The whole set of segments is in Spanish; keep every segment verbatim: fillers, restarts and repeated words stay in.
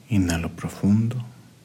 Inhalo profundo.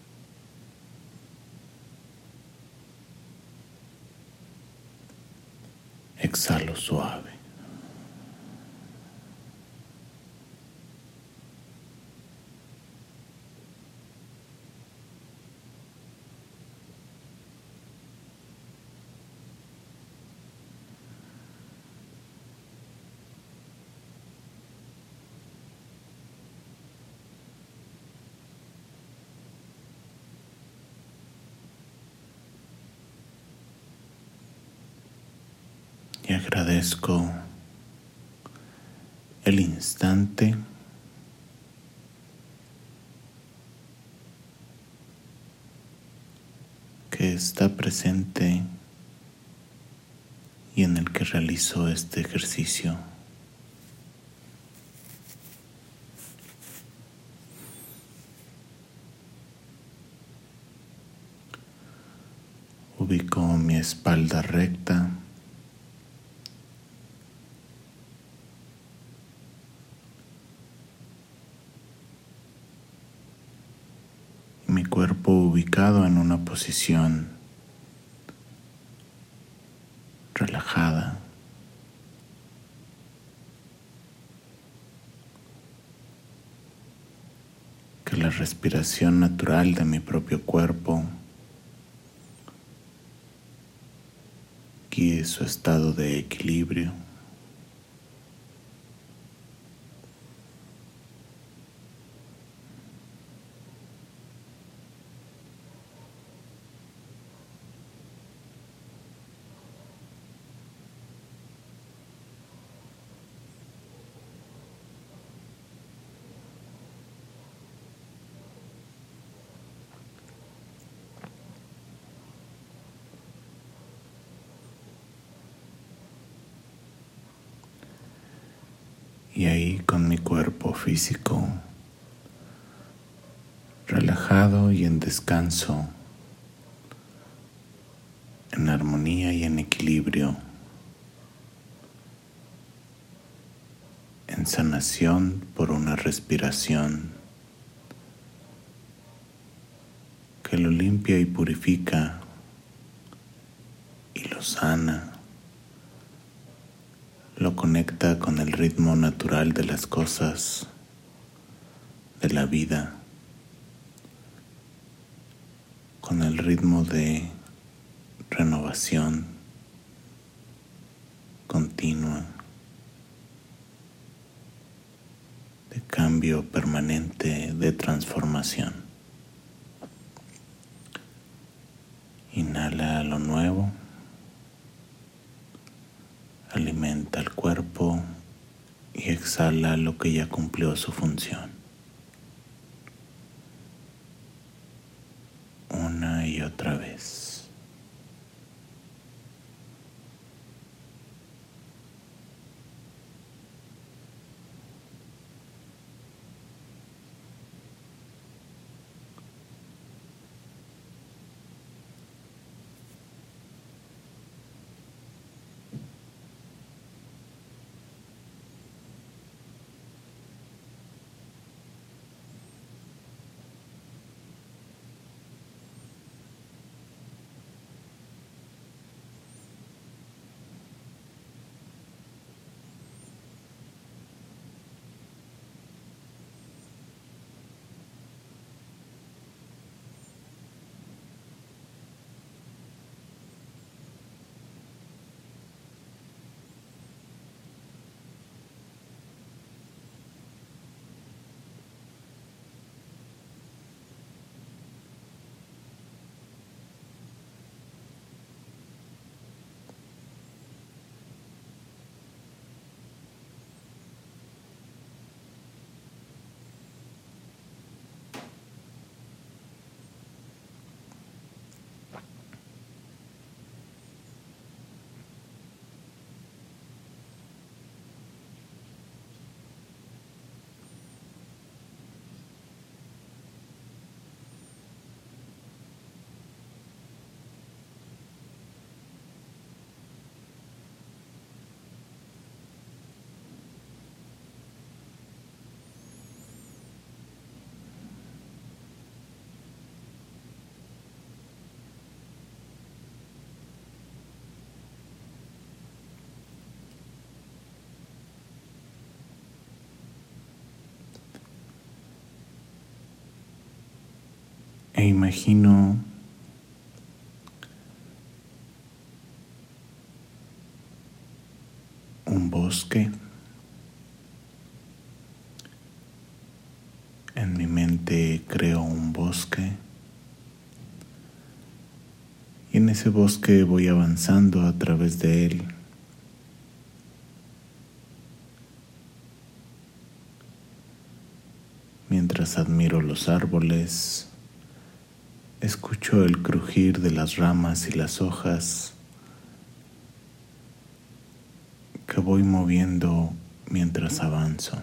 Exhalo suave. Y agradezco el instante que está presente y en el que realizo este ejercicio. Ubico mi espalda recta. Mi cuerpo ubicado en una posición relajada. Que la respiración natural de mi propio cuerpo guíe su estado de equilibrio. Y ahí con mi cuerpo físico relajado y en descanso, en armonía y en equilibrio, en sanación por una respiración que lo limpia y purifica y lo sana, lo conecta con el ritmo natural de las cosas, de la vida, con el ritmo de renovación continua, de cambio permanente, de transformación. Inhala lo nuevo, alimenta el cuerpo y exhala lo que ya cumplió su función. Una y otra vez. e imagino un bosque. En mi mente creo un bosque y en ese bosque voy avanzando a través de él. Mientras admiro los árboles, escucho el crujir de las ramas y las hojas que voy moviendo mientras avanzo.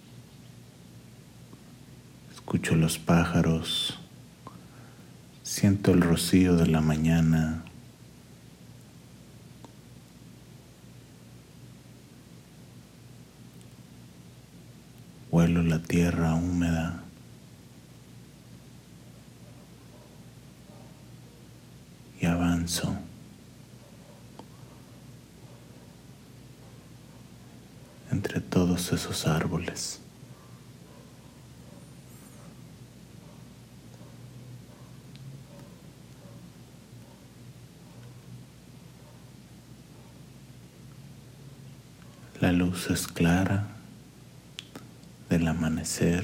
Escucho los pájaros, siento el rocío de la mañana. Huelo la tierra húmeda. Y avanzo. Entre todos esos árboles. La luz es clara del amanecer.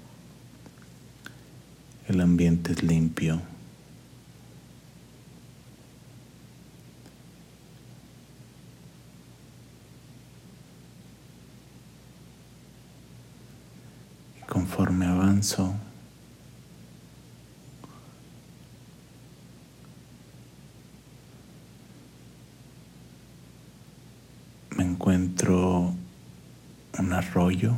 El ambiente es limpio. Y conforme avanzo, me encuentro un arroyo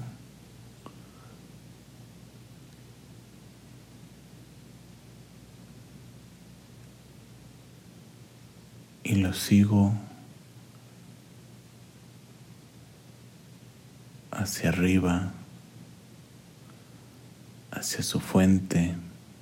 y lo sigo hacia arriba, hacia su fuente.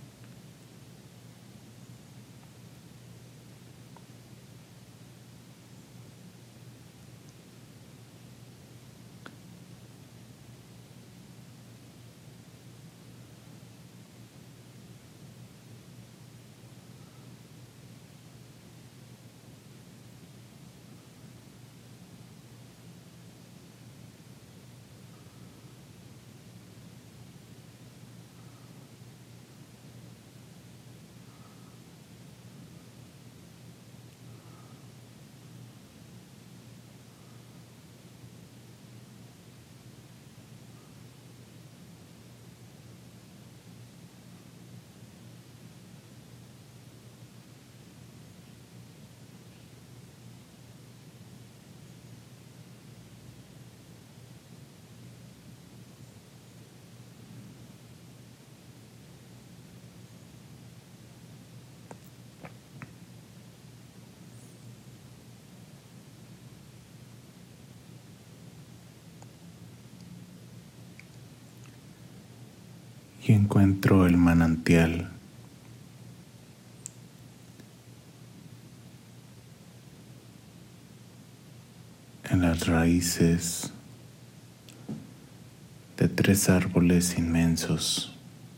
Y encuentro el manantial. En las raíces de tres árboles inmensos.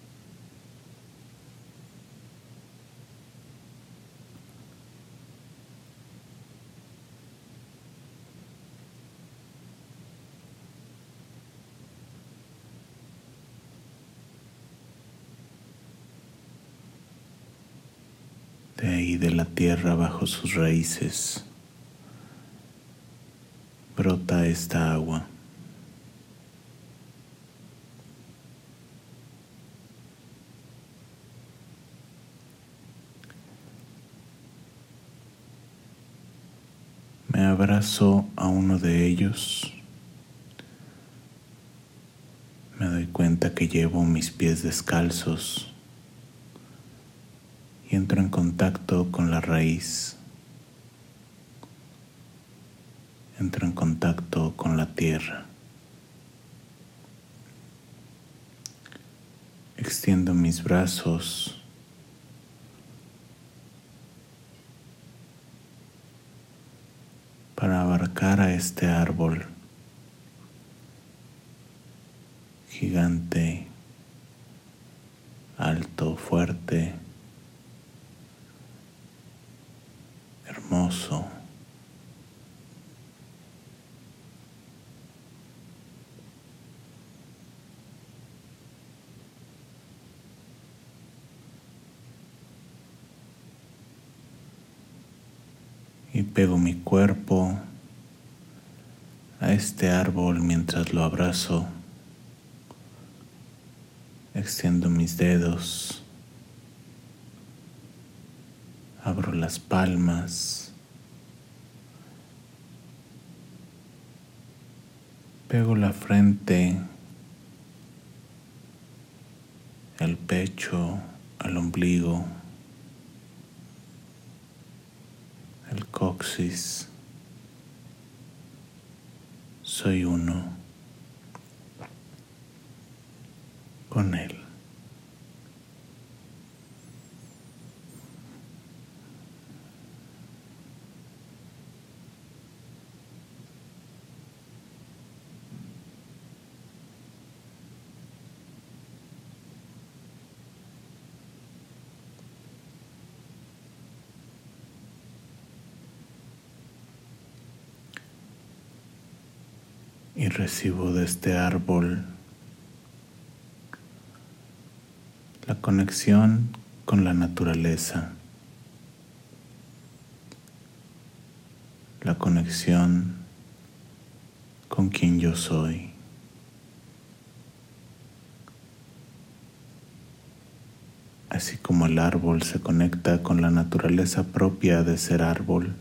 De ahí, de la tierra bajo sus raíces, brota esta agua. Me abrazo a uno de ellos. Me doy cuenta que llevo mis pies descalzos y entro en contacto con la raíz. Entro en contacto con la tierra. Extiendo mis brazos para abarcar a este árbol gigante, alto, fuerte, hermoso. Y pego mi cuerpo a este árbol mientras lo abrazo. Extiendo mis dedos, abro las palmas, pego la frente, el pecho, el ombligo, el coxis. Soy uno con él. Y recibo de este árbol la conexión con la naturaleza, la conexión con quien yo soy. Así como el árbol se conecta con la naturaleza propia de ser árbol,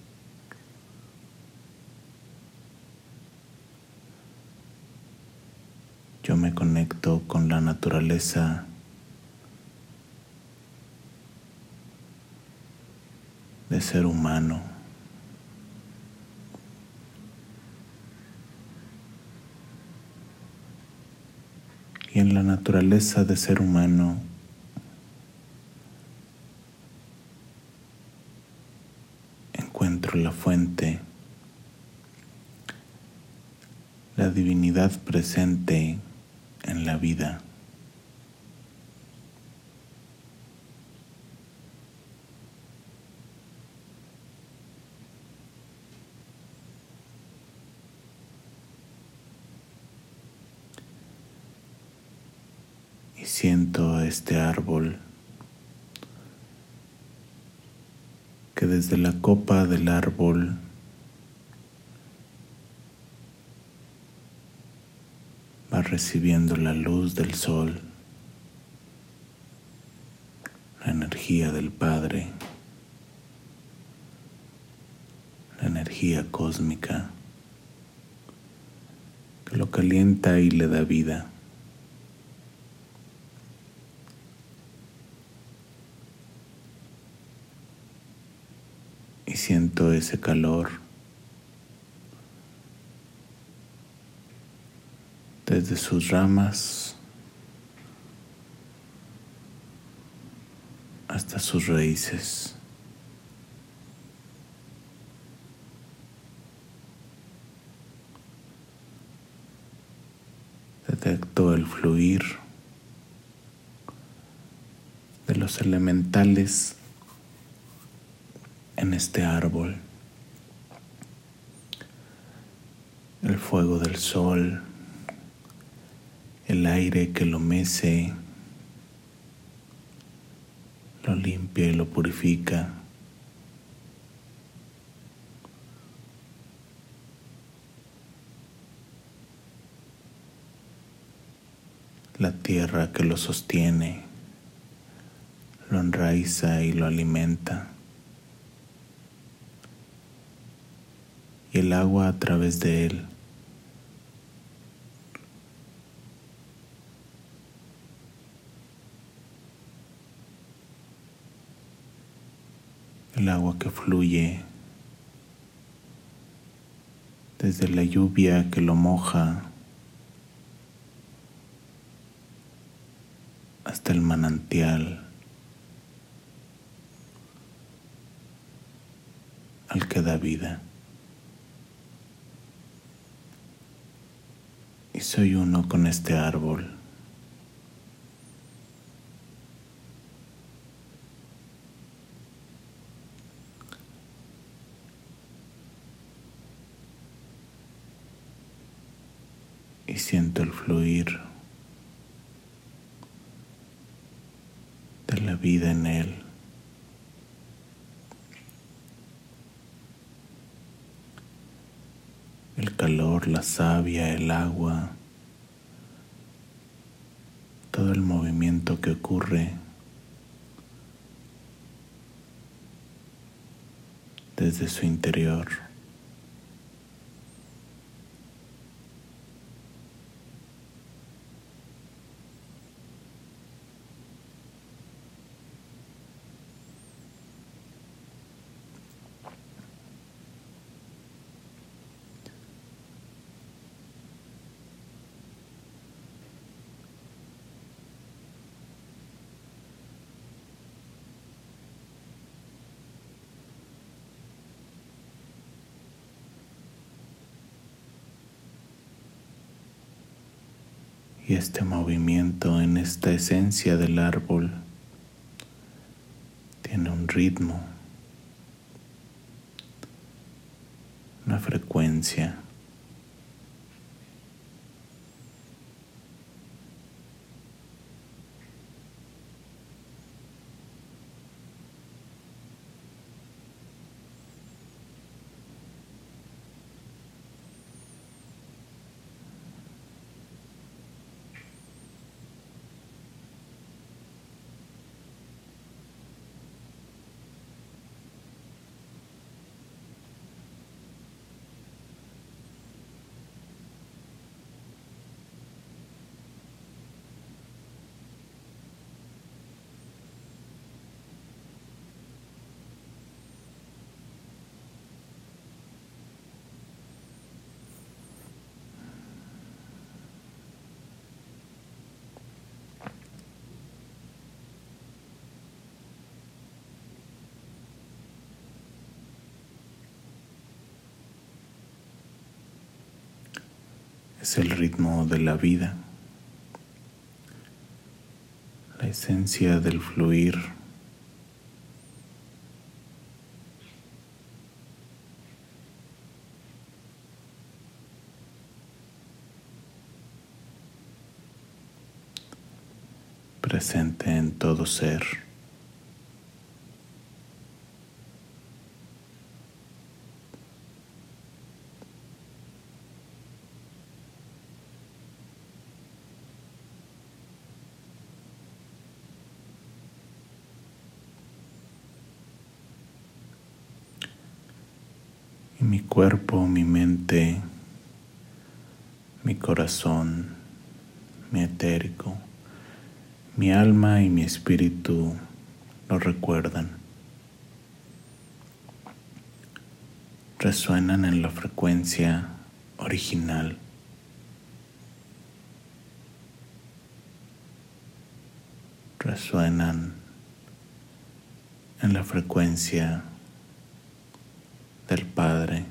yo me conecto con la naturaleza de ser humano. Y en la naturaleza de ser humano encuentro la fuente, la divinidad presente en la vida. Y siento a este árbol que desde la copa del árbol va recibiendo la luz del sol, la energía del Padre, la energía cósmica que lo calienta y le da vida. Y siento ese calor desde sus ramas hasta sus raíces. Detecto el fluir de los elementales en este árbol. El fuego del sol, el aire que lo mece, lo limpia y lo purifica. La tierra que lo sostiene, lo enraiza y lo alimenta. Y el agua a través de él. El agua que fluye desde la lluvia que lo moja hasta el manantial al que da vida. Y soy uno con este árbol. y siento el fluir de la vida en él. El calor, la savia, el agua, todo el movimiento que ocurre desde su interior. Y este movimiento en esta esencia del árbol tiene un ritmo, una frecuencia. Es el ritmo de la vida, la esencia del fluir. Presente en todo ser. Y mi cuerpo, mi mente, mi corazón, mi etérico, mi alma y mi espíritu lo recuerdan. Resuenan en la frecuencia original. Resuenan en la frecuencia del Padre.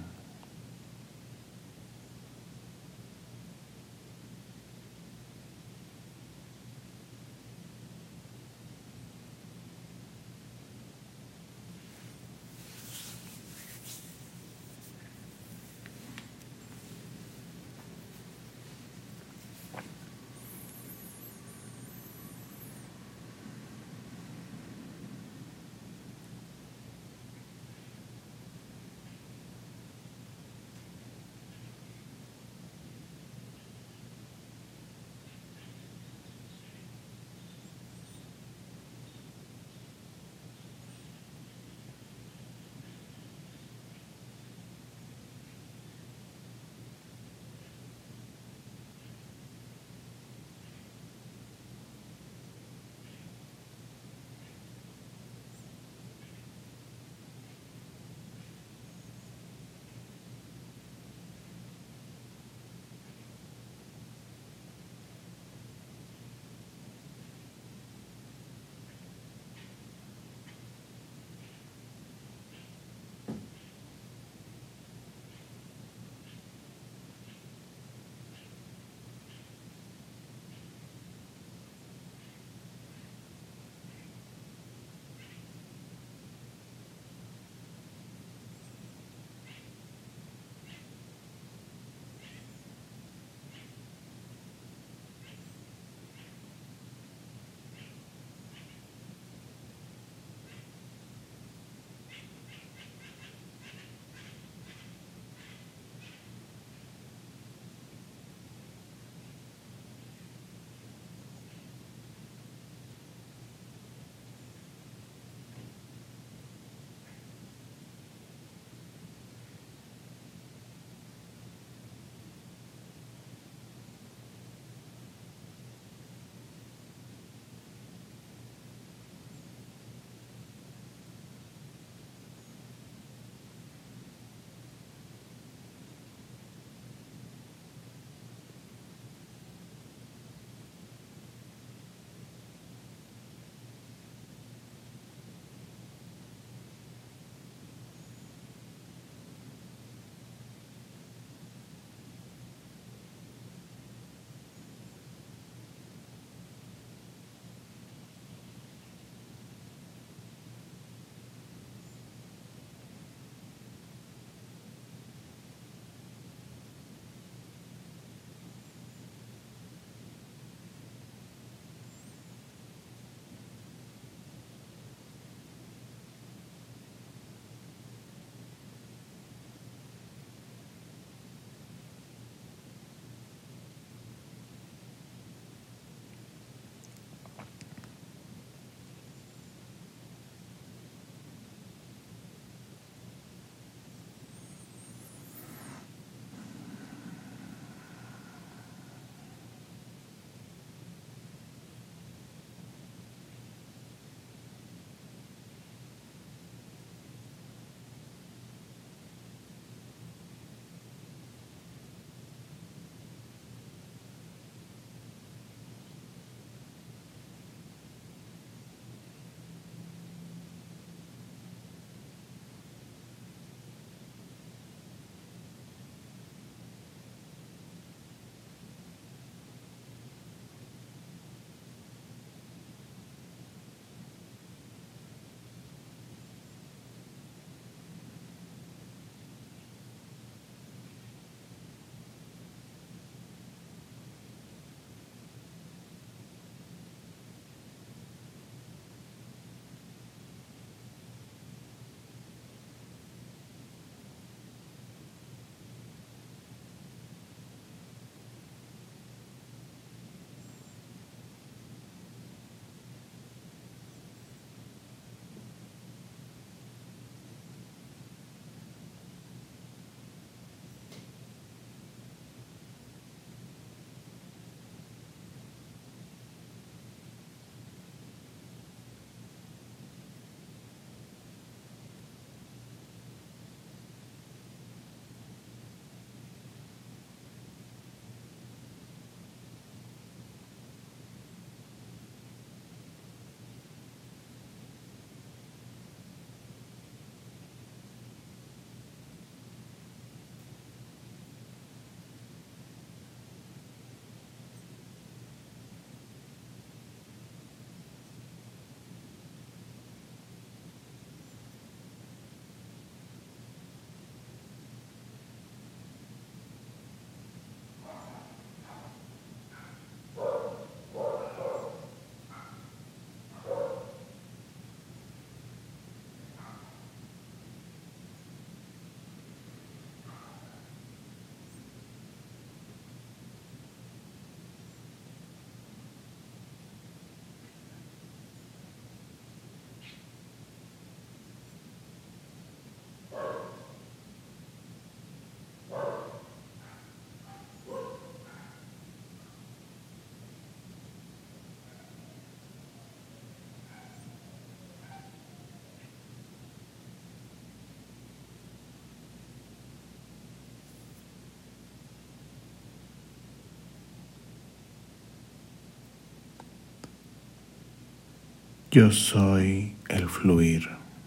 Yo soy el fluir.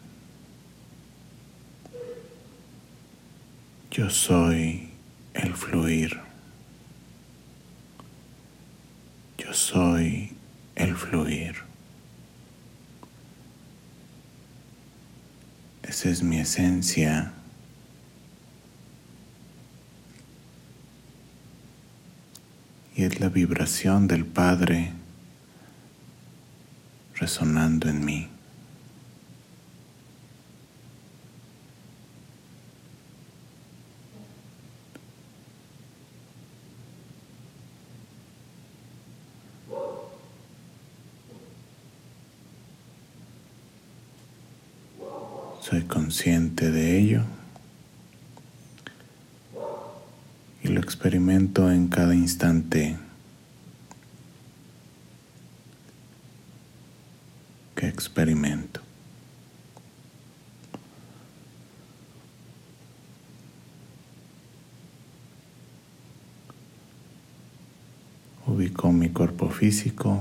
Yo soy el fluir. Yo soy el fluir. Esa es mi esencia. Y es la vibración del Padre resonando en mí. Soy consciente de ello y lo experimento en cada instante que experimento. Ubico mi cuerpo físico.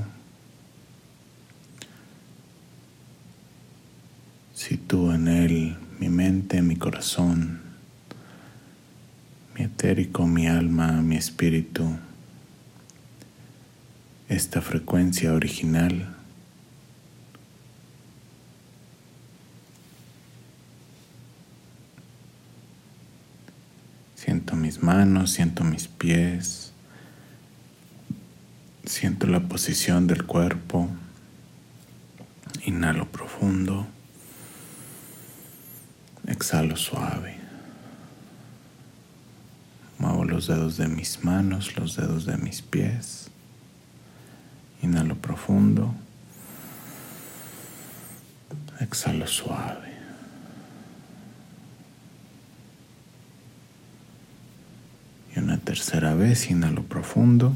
Sitúo en él mi mente, mi corazón, mi etérico, mi alma, mi espíritu, esta frecuencia original. Siento mis manos, siento mis pies, siento la posición del cuerpo. Inhalo profundo. Exhalo suave. Muevo los dedos de mis manos, los dedos de mis pies. Inhalo profundo. Exhalo suave. Y una tercera vez, inhalo profundo.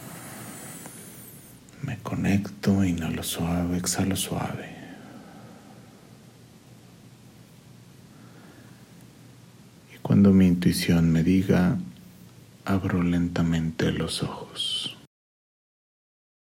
Me conecto, inhalo suave, exhalo suave. Cuando mi intuición me diga, abro lentamente los ojos.